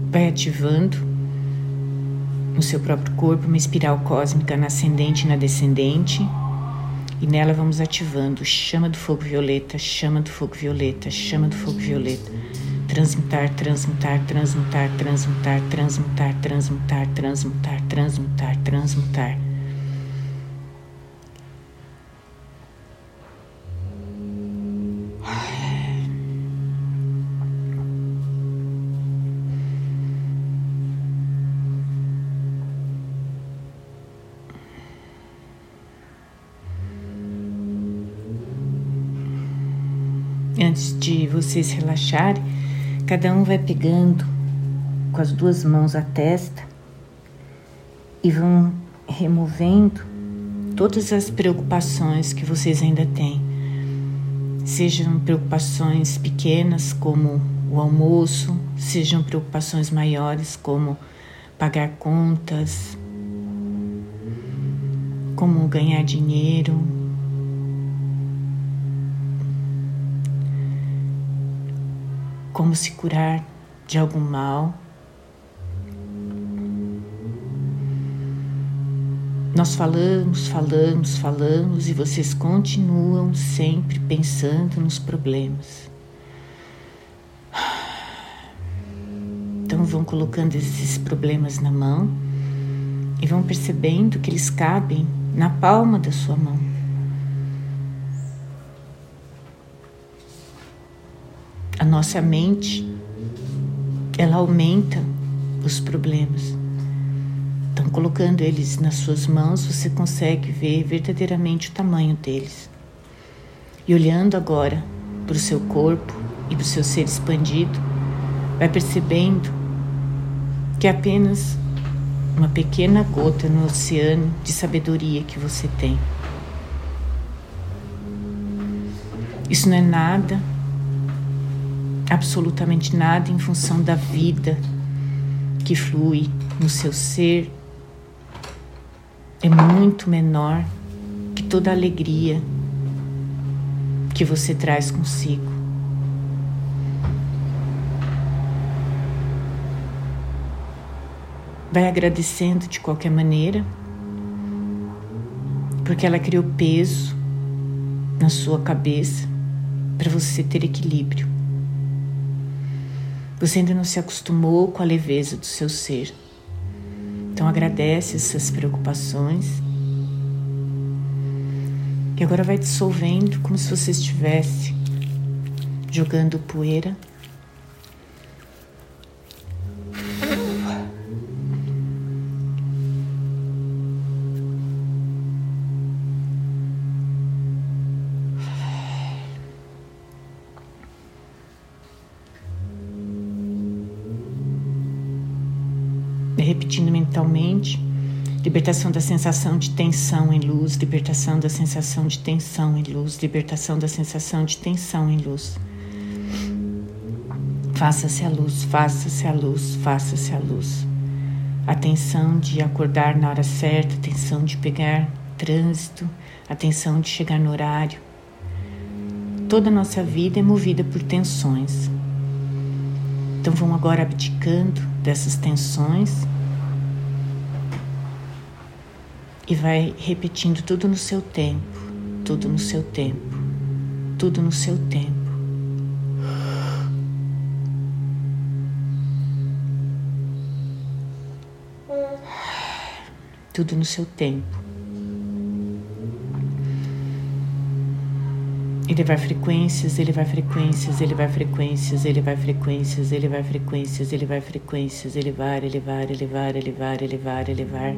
vai ativando no seu próprio corpo uma espiral cósmica na ascendente e na descendente, e nela vamos ativando chama do fogo violeta, chama do fogo violeta, chama do fogo violeta. Transmutar, transmutar, transmutar, transmutar, transmutar, transmutar, transmutar, transmutar, transmutar. Antes de vocês relaxarem, cada um vai pegando com as duas mãos a testa e vão removendo todas as preocupações que vocês ainda têm. Sejam preocupações pequenas como o almoço, sejam preocupações maiores como pagar contas, como ganhar dinheiro, como se curar de algum mal. Nós falamos e vocês continuam sempre pensando nos problemas. Então vão colocando esses problemas na mão e vão percebendo que eles cabem na palma da sua mão. A nossa mente, ela aumenta os problemas. Então, colocando eles nas suas mãos, você consegue ver verdadeiramente o tamanho deles. E olhando agora para o seu corpo e para o seu ser expandido, vai percebendo que é apenas uma pequena gota no oceano de sabedoria que você tem. Isso não é nada, absolutamente nada, em função da vida que flui no seu ser. É muito menor que toda a alegria que você traz consigo. Vai agradecendo de qualquer maneira, porque ela criou peso na sua cabeça para você ter equilíbrio. Você ainda não se acostumou com a leveza do seu ser. Então agradece essas preocupações. E agora vai dissolvendo como se você estivesse jogando poeira. Repetindo mentalmente, libertação da sensação de tensão em luz, libertação da sensação de tensão em luz, libertação da sensação de tensão em luz. Faça-se a luz, faça-se a luz, faça-se a luz. A tensão de acordar na hora certa, a tensão de pegar trânsito, a tensão de chegar no horário. Toda a nossa vida é movida por tensões. Então vão agora abdicando dessas tensões e vai repetindo tudo no seu tempo, tudo no seu tempo, tudo no seu tempo. Tudo no seu tempo. Ele vai frequências, ele vai frequências, ele vai frequências, ele vai frequências, ele vai frequências, ele vai frequências, elevar, elevar, elevar, elevar, elevar, elevar.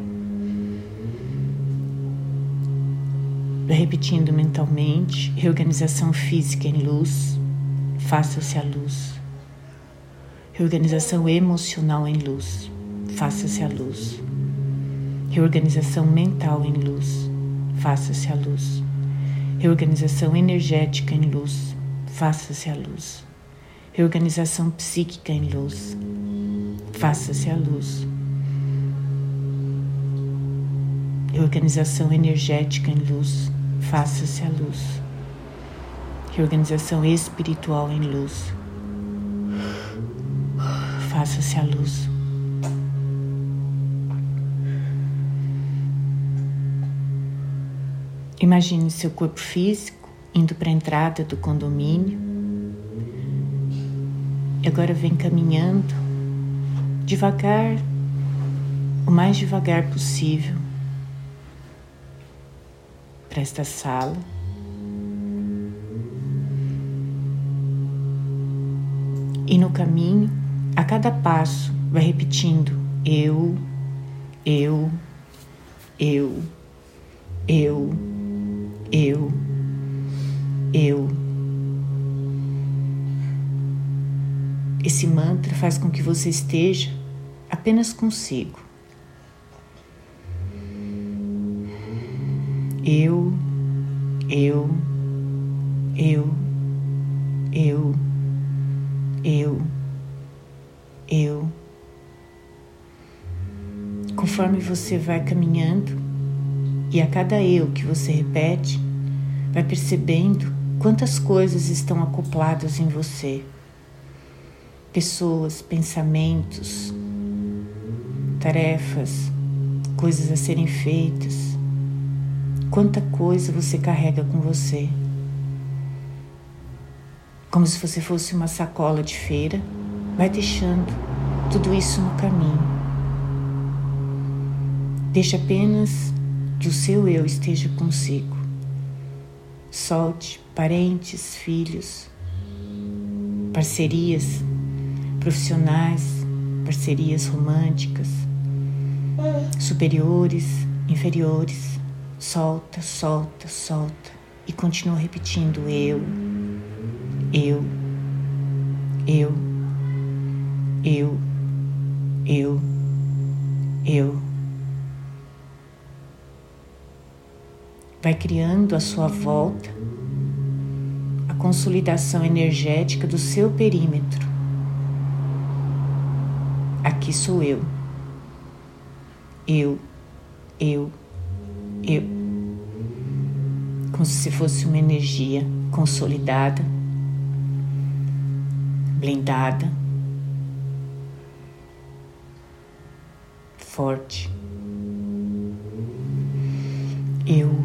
Vai repetindo mentalmente, reorganização física em luz, faça-se a luz. Reorganização emocional em luz, faça-se a luz. Reorganização mental em luz, faça-se a luz. Reorganização energética em luz, faça-se a luz. Reorganização psíquica em luz, faça-se a luz. Reorganização energética em luz, faça-se a luz. Reorganização espiritual em luz, faça-se a luz. Imagine seu corpo físico indo para a entrada do condomínio. E agora vem caminhando devagar, o mais devagar possível, para esta sala. E no caminho, a cada passo, vai repetindo eu. Esse mantra faz com que você esteja apenas consigo. Eu. Conforme você vai caminhando e a cada eu que você repete, vai percebendo quantas coisas estão acopladas em você. Pessoas, pensamentos, tarefas, coisas a serem feitas. Quanta coisa você carrega com você. Como se você fosse uma sacola de feira, vai deixando tudo isso no caminho. Deixe apenas que o seu eu esteja consigo. Solte parentes, filhos, parcerias profissionais, parcerias românticas, superiores, inferiores. Solta e continua repetindo eu. Vai criando à sua volta a consolidação energética do seu perímetro. Aqui sou eu. Como se fosse uma energia consolidada, blindada, forte. Eu.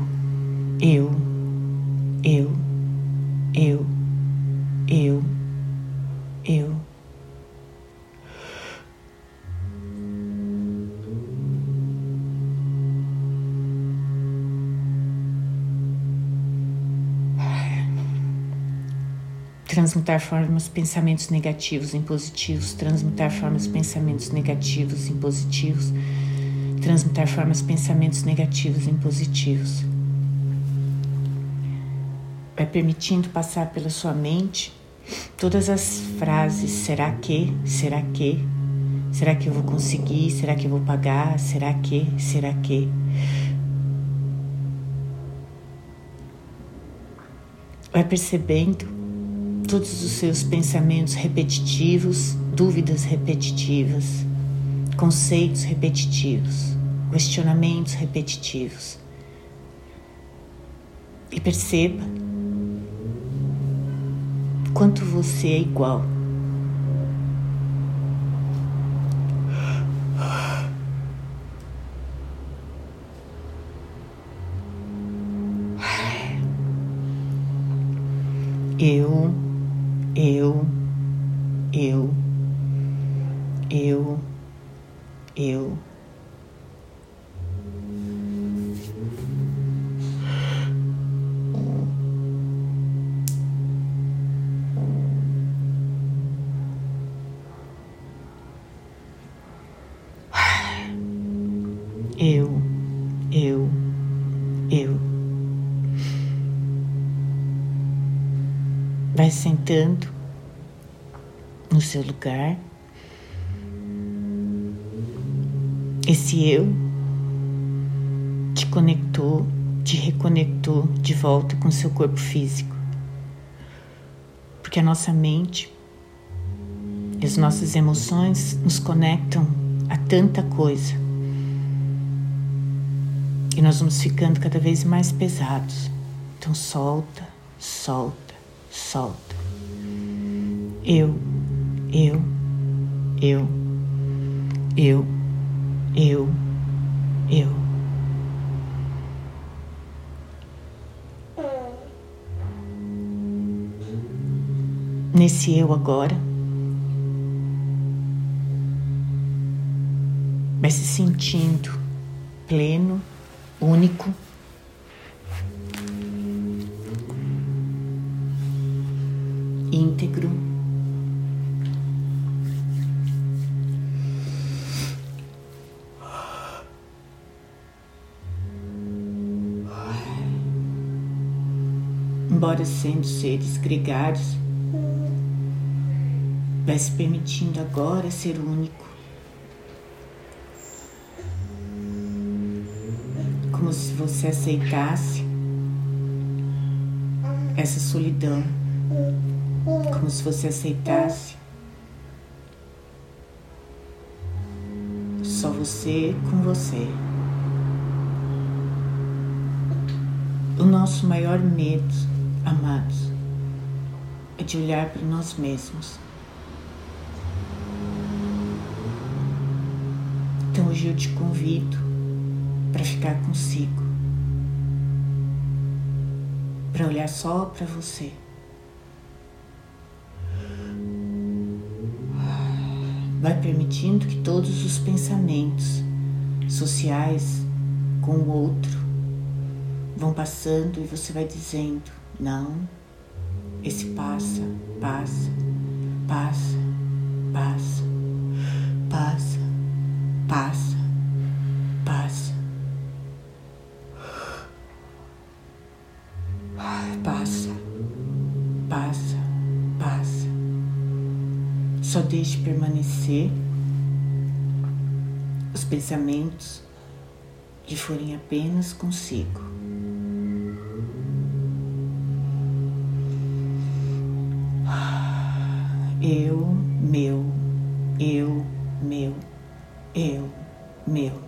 Transmutar formas, pensamentos negativos em positivos, transmutar formas, pensamentos negativos em positivos, transmutar formas, pensamentos negativos em positivos. Vai permitindo passar pela sua mente todas as frases: será que eu vou conseguir, será que eu vou pagar, será que. Vai percebendo todos os seus pensamentos repetitivos, dúvidas repetitivas, conceitos repetitivos, questionamentos repetitivos. E perceba quanto você é igual. Eu. Vai sentando no seu lugar. Esse eu te conectou, te reconectou de volta com o seu corpo físico. Porque a nossa mente e as nossas emoções nos conectam a tanta coisa. E nós vamos ficando cada vez mais pesados. Então solta. Eu. eu, eu, eu, eu. Nesse eu agora, vai se sentindo pleno, único, íntegro, embora sendo seres gregários, vai se permitindo agora ser único, como se você aceitasse essa solidão, como se você aceitasse só você com você. O nosso maior medo, amados, é de olhar para nós mesmos. Então hoje eu te convido para ficar consigo, para olhar só para você. Vai permitindo que todos os pensamentos sociais com o outro vão passando e você vai dizendo: não, esse passa, passa, passa, passa, passa, passa, passa, passa, passa, passa. Só deixe permanecer os pensamentos que forem apenas consigo. Eu, meu, eu, meu, eu, meu.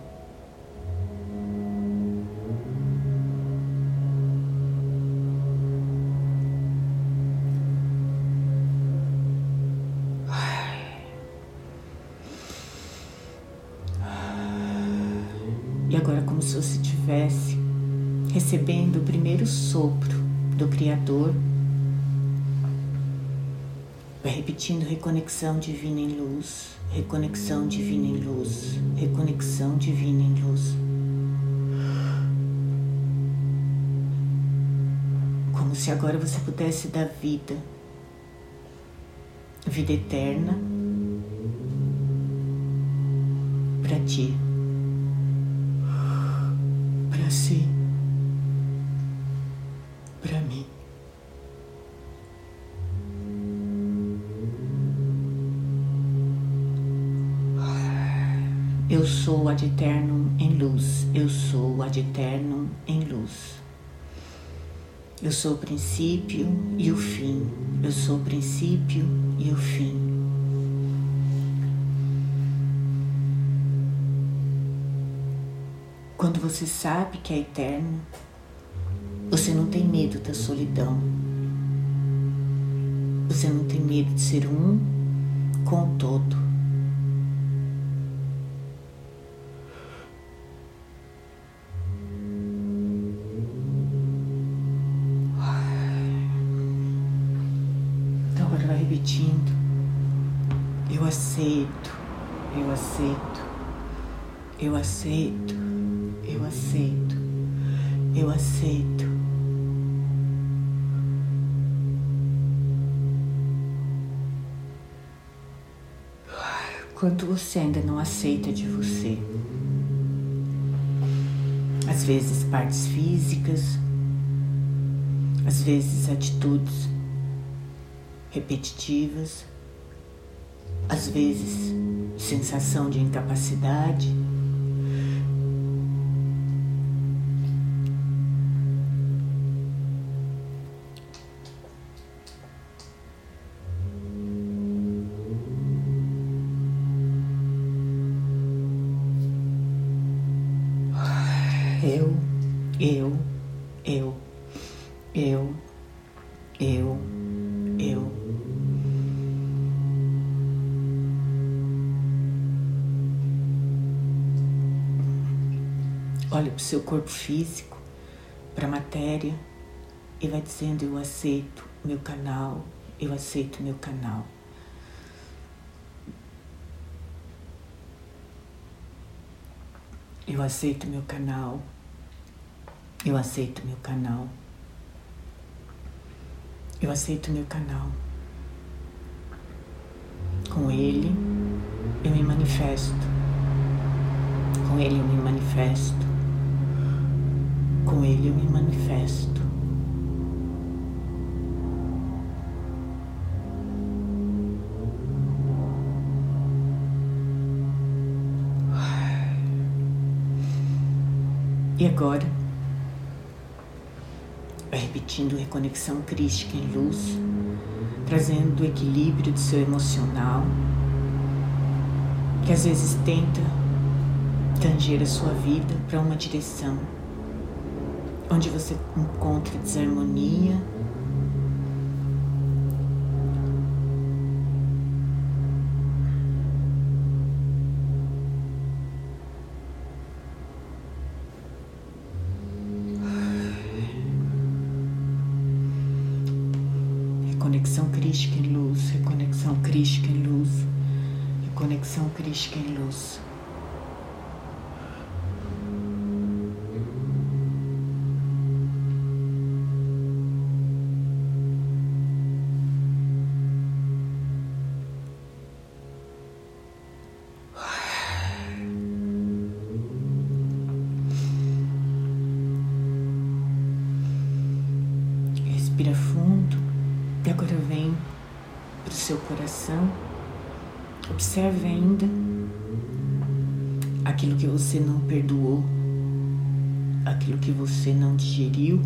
E agora, como se você estivesse recebendo o primeiro sopro do Criador, vai repetindo reconexão divina em luz, reconexão divina em luz, reconexão divina em luz. Como se agora você pudesse dar vida, vida eterna para ti, para si, para mim. Eu sou ad eternum em luz, eu sou ad eternum em luz. Eu sou o princípio e o fim, eu sou o princípio e o fim. Quando você sabe que é eterno, você não tem medo da solidão. Você não tem medo de ser um com o todo. Repetindo, eu aceito, eu aceito, eu aceito, eu aceito, eu aceito. Quanto você ainda não aceita de você? Às vezes partes físicas, às vezes atitudes repetitivas, às vezes sensação de incapacidade, eu, eu, eu, eu, eu. Olha para o seu corpo físico, para a matéria e vai dizendo: eu aceito meu canal, eu aceito meu canal. Eu aceito meu canal, eu aceito meu canal, eu aceito meu canal. Com ele eu me manifesto, com ele eu me manifesto, com ele eu me manifesto. E agora, vai repetindo reconexão crística em luz, trazendo o equilíbrio do seu emocional, que às vezes tenta tanger a sua vida para uma direção onde você encontra desarmonia, reconexão crística em luz, reconexão crística em luz, reconexão crística em luz. Respira fundo e agora vem para o seu coração. Observe ainda aquilo que você não perdoou, aquilo que você não digeriu.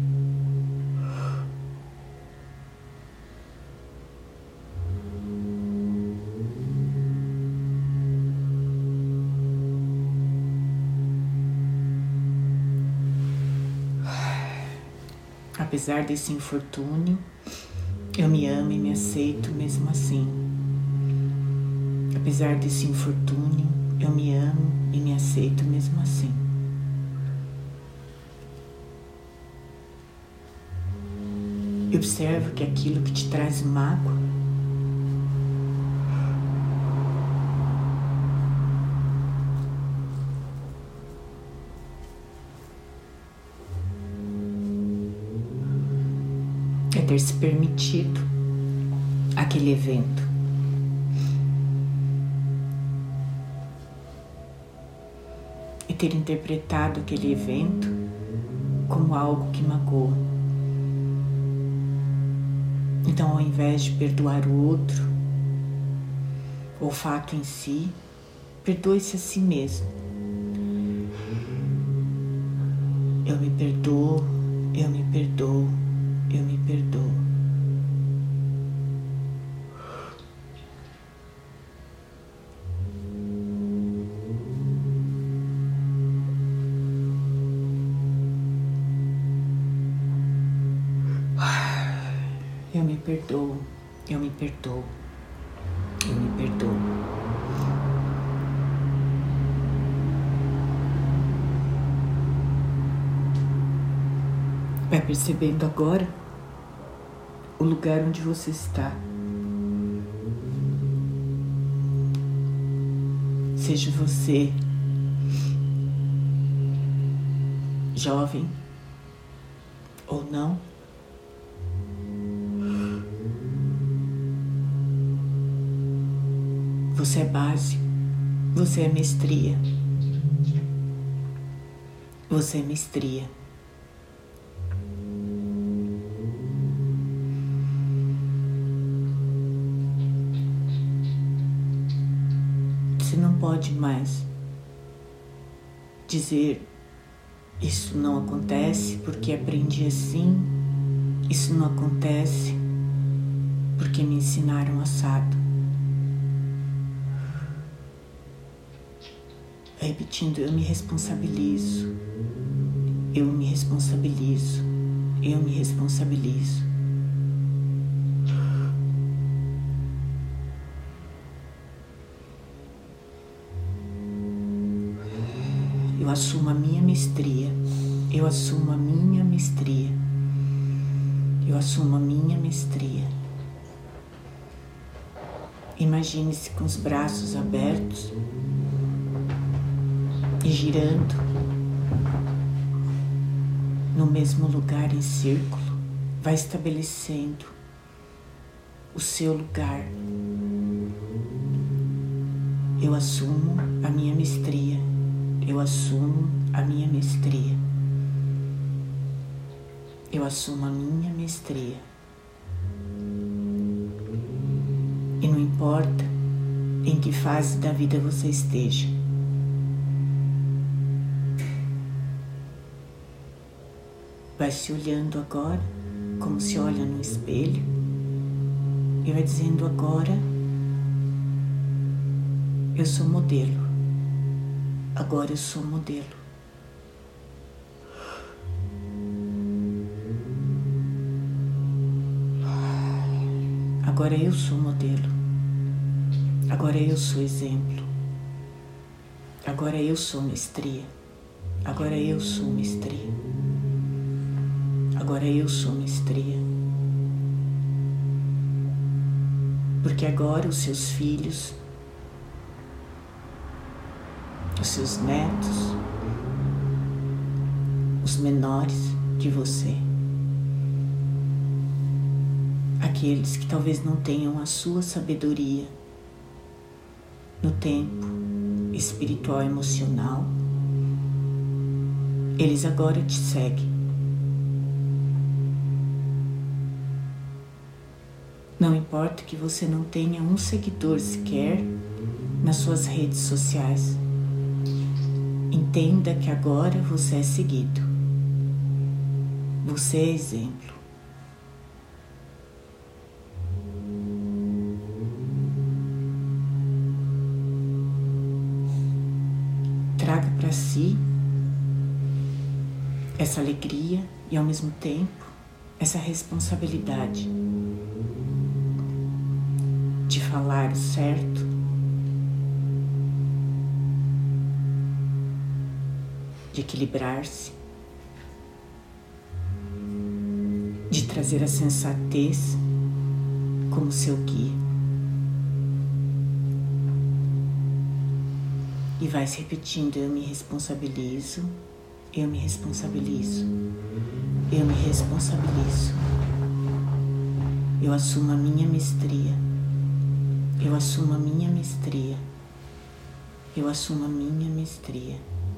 Apesar desse infortúnio, eu me amo e me aceito mesmo assim. Apesar desse infortúnio, eu me amo e me aceito mesmo assim. E observo que aquilo que te traz mágoa é ter se permitido aquele evento. E ter interpretado aquele evento como algo que magoa. Então, ao invés de perdoar o outro, ou o fato em si, perdoe-se a si mesmo. Eu me perdoo, eu me perdoo, eu me perdoo. Eu me perdoo, eu me perdoo, eu me perdoo. Vai percebendo agora o lugar onde você está. Seja você jovem ou não, você é base, você é mestria, você é mestria. Você não pode mais dizer: isso não acontece porque aprendi assim, isso não acontece porque me ensinaram assado. Repetindo: eu me responsabilizo, eu me responsabilizo, eu me responsabilizo. Eu assumo a minha mestria. Eu assumo a minha mestria. Eu assumo a minha mestria. Imagine-se com os braços abertos e girando no mesmo lugar em círculo. Vai estabelecendo o seu lugar. Eu assumo a minha mestria. Eu assumo a minha mestria. Eu assumo a minha mestria. E não importa em que fase da vida você esteja. Vai se olhando agora, como se olha no espelho, e vai dizendo agora, eu sou modelo. Agora eu sou modelo. Agora eu sou modelo. Agora eu sou exemplo. Agora eu sou mestria. Agora eu sou mestria. Agora eu sou mestria. Porque agora os seus filhos, os seus netos, os menores de você, aqueles que talvez não tenham a sua sabedoria no tempo espiritual e emocional, eles agora te seguem. Não importa que você não tenha um seguidor sequer nas suas redes sociais. Entenda que agora você é seguido. Você é exemplo. Traga para si essa alegria e ao mesmo tempo essa responsabilidade de falar o certo, de equilibrar-se, de trazer a sensatez como seu guia. E vai se repetindo, eu me responsabilizo, eu me responsabilizo, eu me responsabilizo. Eu assumo a minha mestria. Eu assumo a minha mestria. Eu assumo a minha mestria.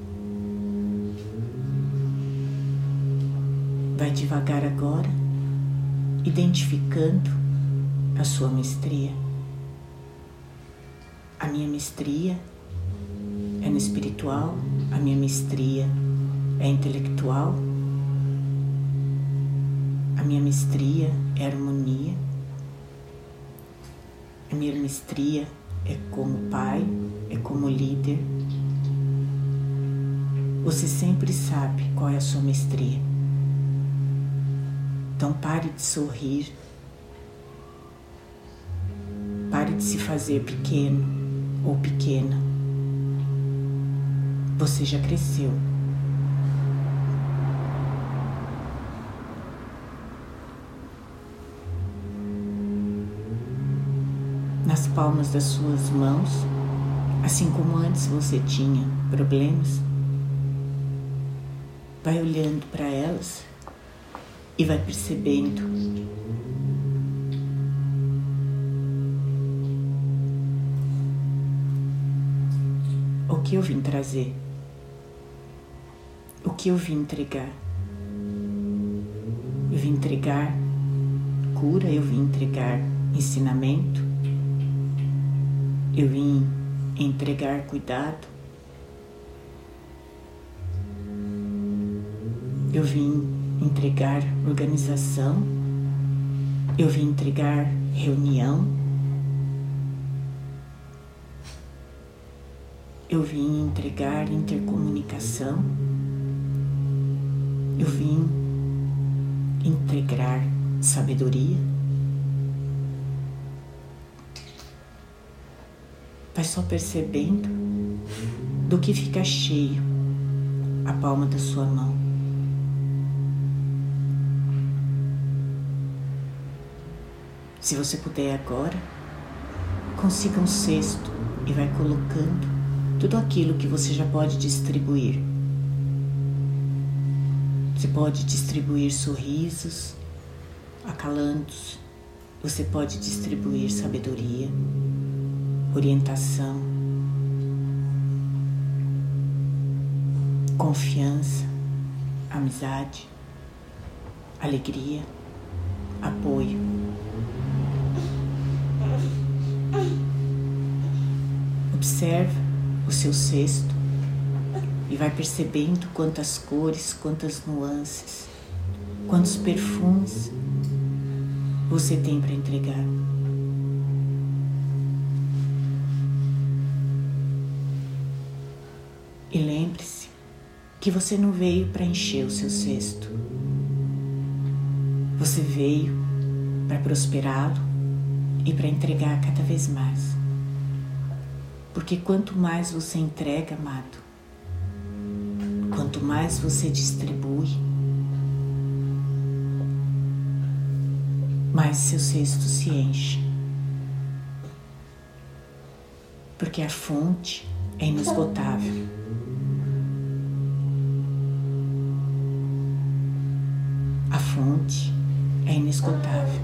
Vai devagar agora, identificando a sua mestria. A minha mestria é no espiritual, a minha mestria é intelectual, a minha mestria é harmonia. A minha mestria é como pai, é como líder. Você sempre sabe qual é a sua mestria. Então pare de sorrir. Pare de se fazer pequeno ou pequena. Você já cresceu. Nas palmas das suas mãos, assim como antes você tinha problemas, vai olhando para elas e vai percebendo o que eu vim trazer, o que eu vim entregar. Eu vim entregar cura, eu vim entregar ensinamento, eu vim entregar cuidado, eu vim entregar organização, eu vim entregar reunião, eu vim entregar intercomunicação, eu vim entregar sabedoria. Vai só percebendo do que fica cheio a palma da sua mão. Se você puder agora, consiga um cesto e vai colocando tudo aquilo que você já pode distribuir. Você pode distribuir sorrisos, acalantos, você pode distribuir sabedoria, orientação, confiança, amizade, alegria, apoio. Observa o seu cesto e vai percebendo quantas cores, quantas nuances, quantos perfumes você tem para entregar. E lembre-se que você não veio para encher o seu cesto. Você veio para prosperá-lo e para entregar cada vez mais. Porque quanto mais você entrega, amado, quanto mais você distribui, mais seu cesto se enche. Porque a fonte é inesgotável. A fonte é inesgotável.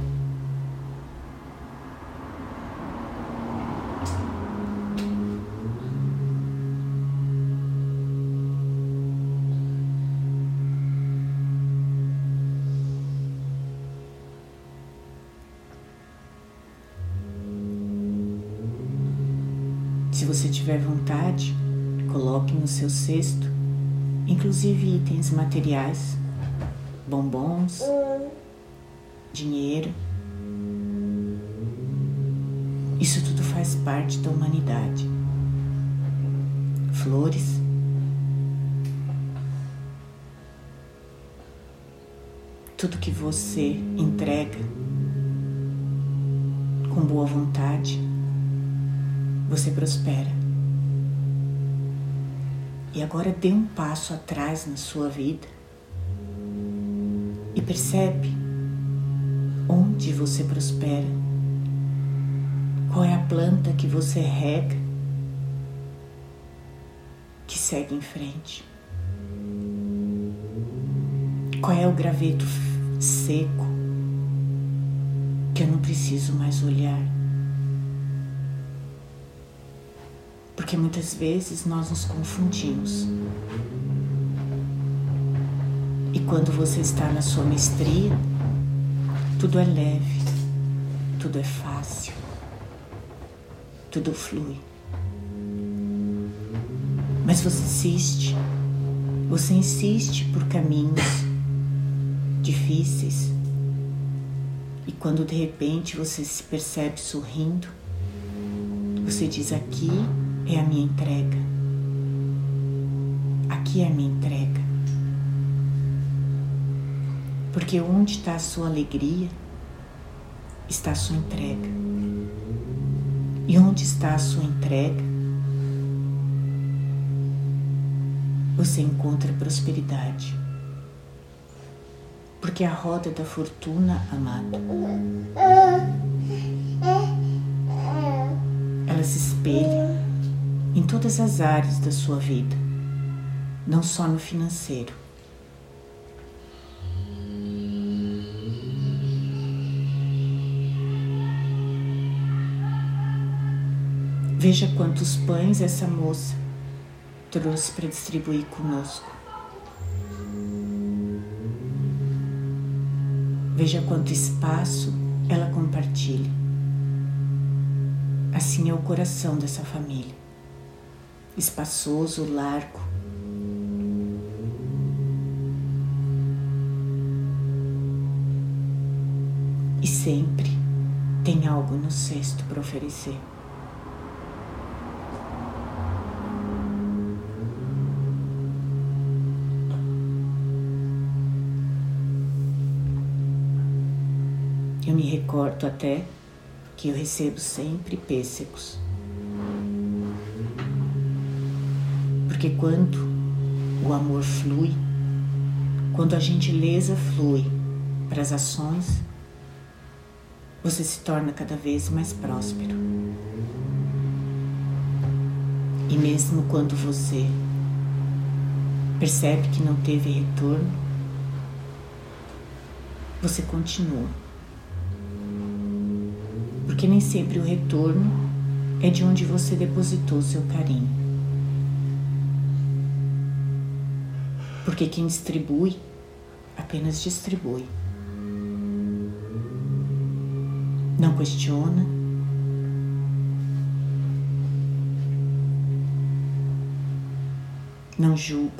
Se você tiver vontade, coloque no seu cesto, inclusive itens materiais, bombons, dinheiro. Isso tudo faz parte da humanidade. Flores, tudo que você entrega com boa vontade, você prospera. E agora dê um passo atrás na sua vida e percebe onde você prospera, qual é a planta que você rega, que segue em frente, qual é o graveto seco que eu não preciso mais olhar. Porque muitas vezes nós nos confundimos. E quando você está na sua mestria, tudo é leve, tudo é fácil, tudo flui. Mas você insiste por caminhos difíceis. E quando de repente você se percebe sorrindo, você diz: aqui é a minha entrega. Aqui é a minha entrega. Porque onde está a sua alegria, está a sua entrega. E onde está a sua entrega, você encontra prosperidade. Porque a roda da fortuna, amado, ela se espelha em todas as áreas da sua vida, não só no financeiro. Veja quantos pães essa moça trouxe para distribuir conosco. Veja quanto espaço ela compartilha. Assim é o coração dessa família. Espaçoso, largo. E sempre tem algo no cesto para oferecer. Eu me recordo até que eu recebo sempre pêssegos. Porque quando o amor flui, quando a gentileza flui para as ações, você se torna cada vez mais próspero. E mesmo quando você percebe que não teve retorno, você continua. Porque nem sempre o retorno é de onde você depositou seu carinho. Porque quem distribui, apenas distribui. Não questiona, não julga.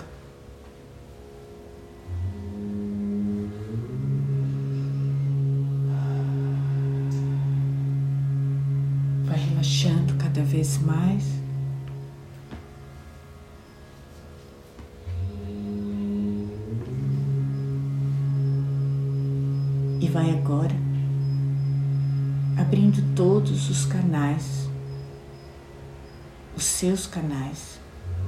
Vai relaxando cada vez mais. E vai agora abrindo todos os canais, os seus canais,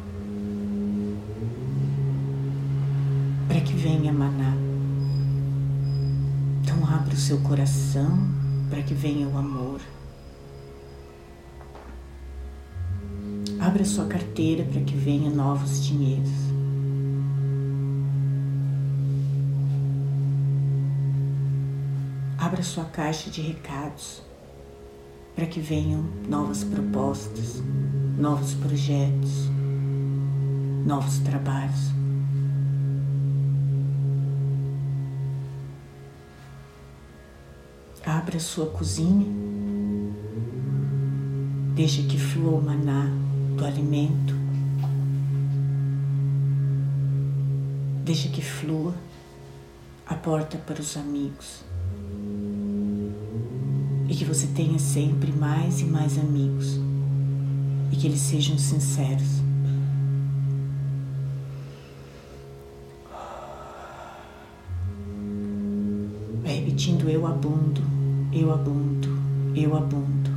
para que venha maná. Então abra o seu coração para que venha o amor. Abra sua carteira para que venha novos dinheiros. Abra sua caixa de recados para que venham novas propostas, novos projetos, novos trabalhos. Abra sua cozinha, deixa que flua o maná do alimento, deixa que flua a porta para os amigos. E que você tenha sempre mais e mais amigos. E que eles sejam sinceros. Vai repetindo: eu abundo, eu abundo, eu abundo.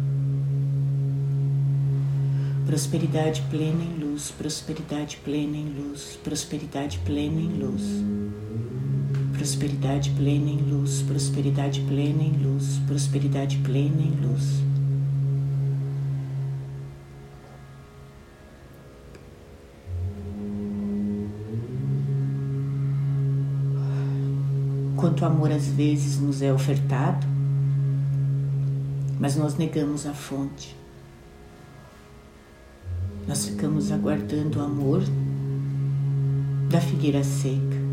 Prosperidade plena em luz, prosperidade plena em luz, prosperidade plena em luz. Prosperidade plena em luz, prosperidade plena em luz, prosperidade plena em luz. Quanto amor às vezes nos é ofertado, mas nós negamos a fonte. Nós ficamos aguardando o amor da figueira seca.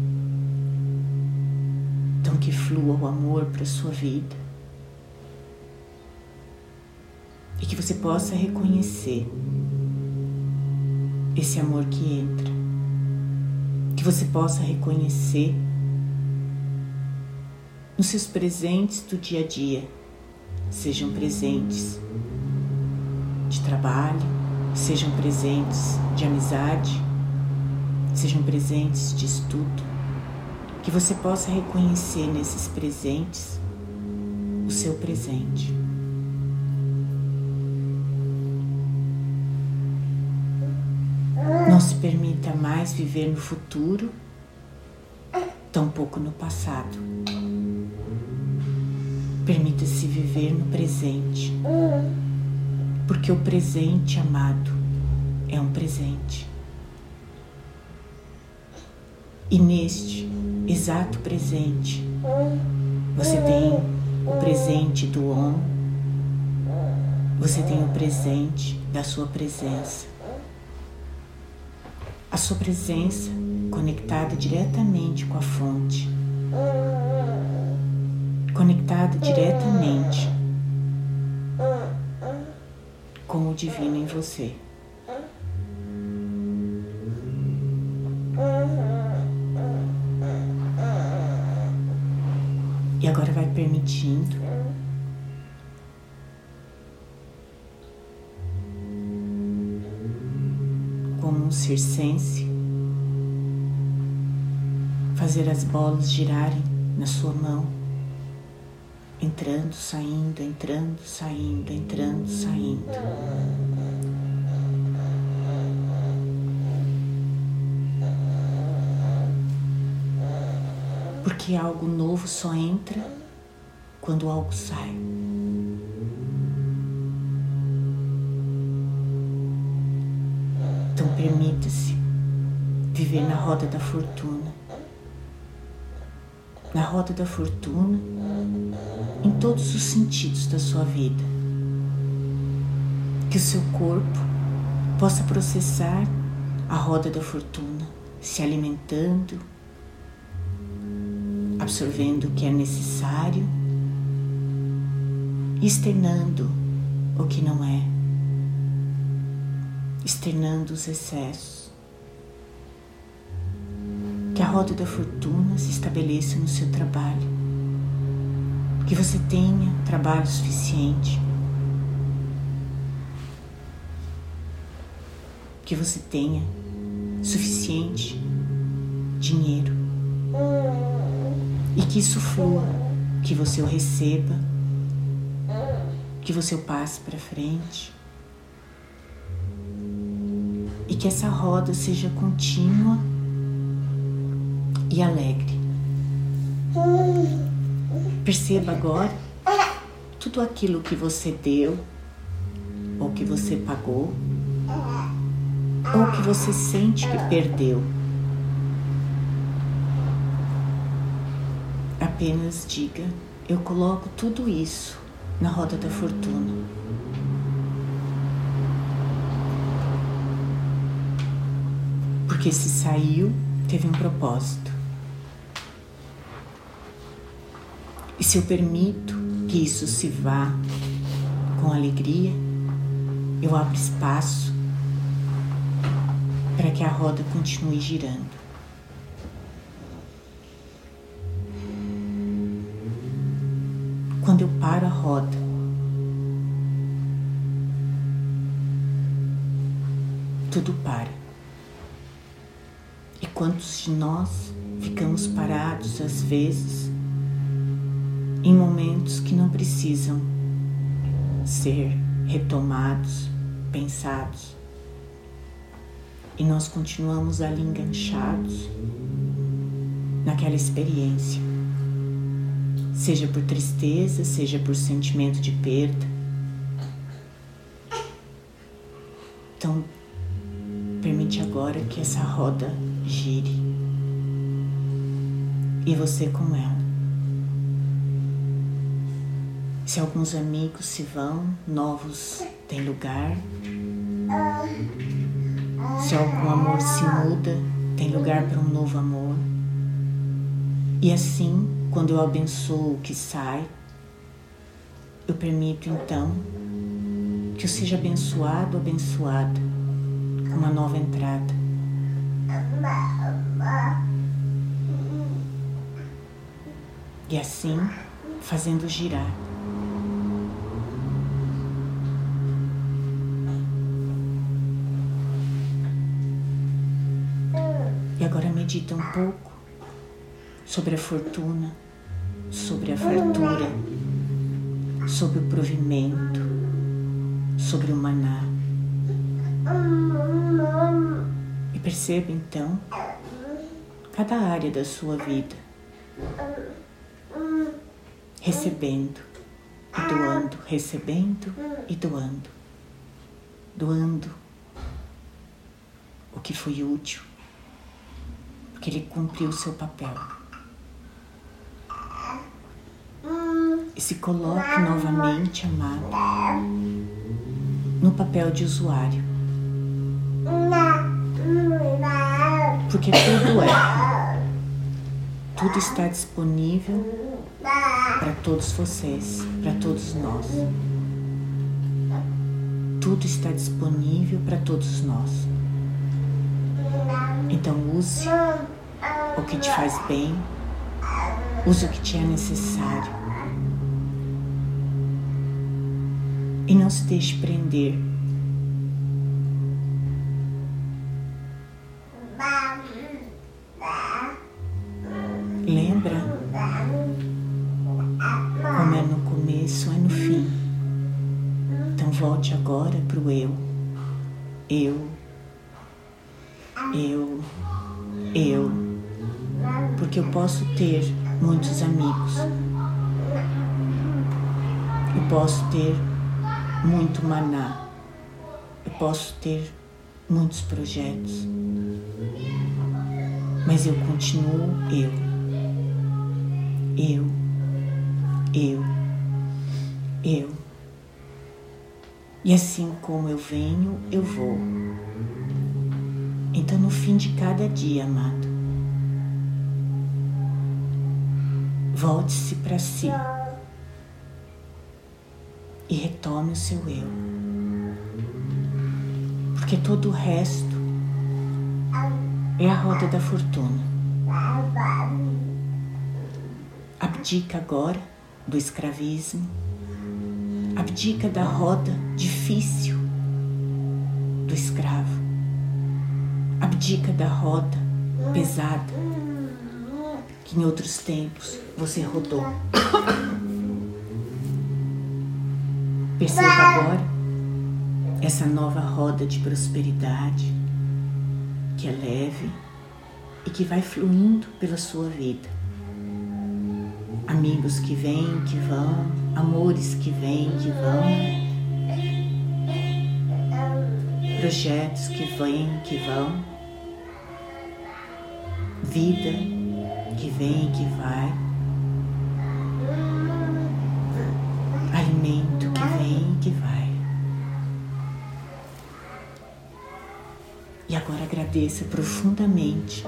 Então que flua o amor para a sua vida e que você possa reconhecer esse amor que entra, que você possa reconhecer nos seus presentes do dia a dia, sejam presentes de trabalho, sejam presentes de amizade, sejam presentes de estudo. Que você possa reconhecer nesses presentes o seu presente. Não se permita mais viver no futuro, tampouco no passado. Permita-se viver no presente, porque o presente, amado, é um presente. E neste exato presente, você tem o presente do OM, você tem o presente da sua presença. A sua presença conectada diretamente com a fonte, conectada diretamente com o divino em você. E agora vai permitindo como um circense fazer as bolas girarem na sua mão, entrando, saindo, entrando, saindo, entrando, saindo. Porque algo novo só entra quando algo sai. Então permita-se viver na roda da fortuna. Na roda da fortuna, em todos os sentidos da sua vida. Que o seu corpo possa processar a roda da fortuna, se alimentando, absorvendo o que é necessário, externando o que não é, externando os excessos. Que a roda da fortuna se estabeleça no seu trabalho, que você tenha trabalho suficiente, que você tenha suficiente dinheiro e que isso flua, que você o receba, que você o passe para frente e que essa roda seja contínua e alegre. Perceba agora tudo aquilo que você deu ou que você pagou ou que você sente que perdeu. Apenas diga: eu coloco tudo isso na roda da fortuna. Porque se saiu, teve um propósito. E se eu permito que isso se vá com alegria, eu abro espaço para que a roda continue girando. Quando eu paro a roda, tudo para. E quantos de nós ficamos parados, às vezes, em momentos que não precisam ser retomados, pensados, e nós continuamos ali enganchados naquela experiência, seja por tristeza, seja por sentimento de perda. Então, permite agora que essa roda gire e você com ela. Se alguns amigos se vão, novos têm lugar. Se algum amor se muda, tem lugar para um novo amor. E assim, quando eu abençoo o que sai, eu permito então que eu seja abençoado, abençoada, com uma nova entrada. E assim, fazendo girar. E agora medita um pouco sobre a fortuna, sobre a fartura, sobre o provimento, sobre o maná. E perceba então cada área da sua vida, recebendo e doando, recebendo e doando. Doando o que foi útil, porque ele cumpriu o seu papel. E se coloque novamente, amado, no papel de usuário. Porque tudo está disponível para todos vocês, para todos nós. Tudo está disponível para todos nós. Então use o que te faz bem, use o que te é necessário. E não se deixe prender. Lembra como é no começo, é no fim. Então volte agora para o eu. Eu. Porque eu posso ter muitos amigos. Eu posso ter muito maná. Eu posso ter muitos projetos. Mas eu continuo eu. E assim como eu venho, eu vou. Então, no fim de cada dia, amado, volte-se para si e retome o seu eu. Porque todo o resto é a roda da fortuna. Abdica agora do escravismo. Abdica da roda difícil do escravo. Abdica da roda pesada que em outros tempos você rodou. Perceba agora essa nova roda de prosperidade que é leve e que vai fluindo pela sua vida. Amigos que vêm, que vão, amores que vêm, que vão, projetos que vêm, que vão, vida que vem, que vai, alimento que vem, que vai. E agora agradeça profundamente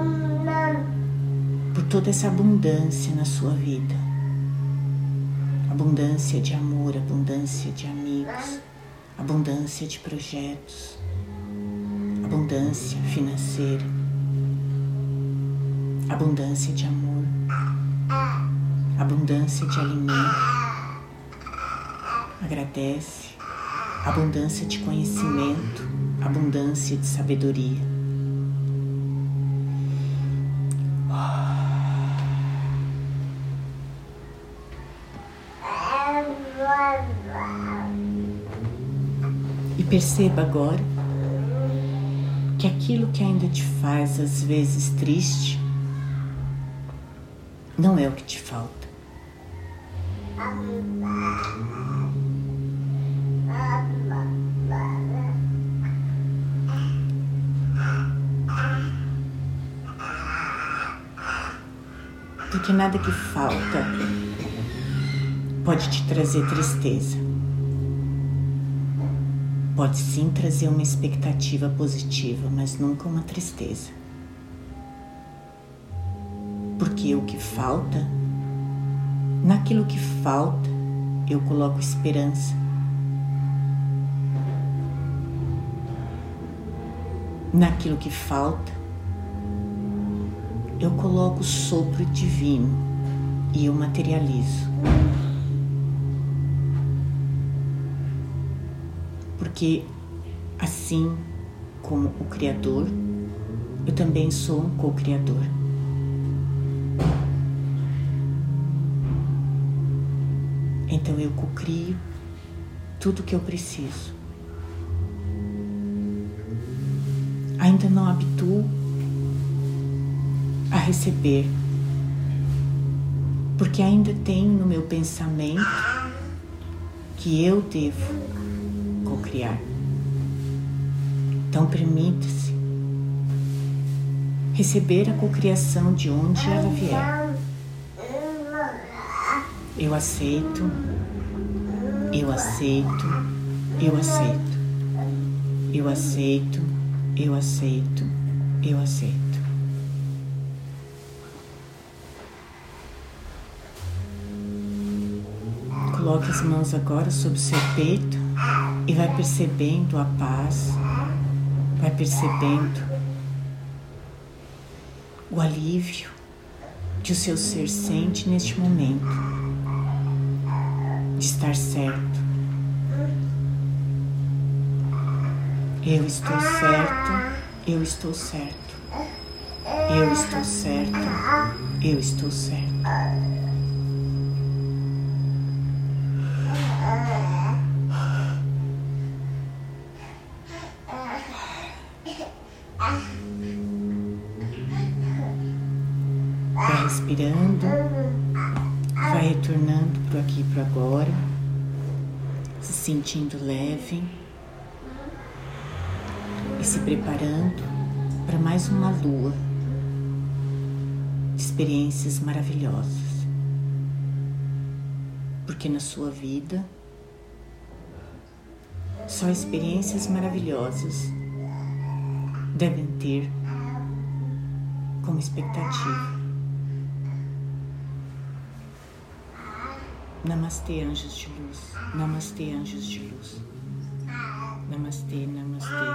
por toda essa abundância na sua vida. Abundância de amor, abundância de amigos, abundância de projetos, abundância financeira, abundância de amor, abundância de alimento. Agradece, abundância de conhecimento, abundância de sabedoria. E perceba agora que aquilo que ainda te faz às vezes triste não é o que te falta. Porque nada que falta pode te trazer tristeza. Pode sim trazer uma expectativa positiva, mas nunca uma tristeza. Porque o que falta, naquilo que falta, eu coloco esperança. Naquilo que falta, eu coloco o sopro divino e eu materializo. Porque assim como o Criador, eu também sou um co-criador. Então eu co-crio tudo o que eu preciso. Ainda não habituo a receber, porque ainda tem no meu pensamento que eu devo co-criar. Então permita-se receber a cocriação de onde ela vier. Eu aceito, eu aceito, eu aceito, eu aceito, eu aceito, eu aceito. Coloque as mãos agora sobre o seu peito e vai percebendo a paz, vai percebendo o alívio que o seu ser sente neste momento de estar certo. Eu estou certo, eu estou certo, eu estou certo, eu estou certo. Vai respirando, vai retornando pro aqui e pro agora, se sentindo leve e se preparando para mais uma lua de experiências maravilhosas, porque na sua vida só experiências maravilhosas devem ter como expectativa. Namastê, anjos de luz. Namastê, anjos de luz. Namastê, namastê,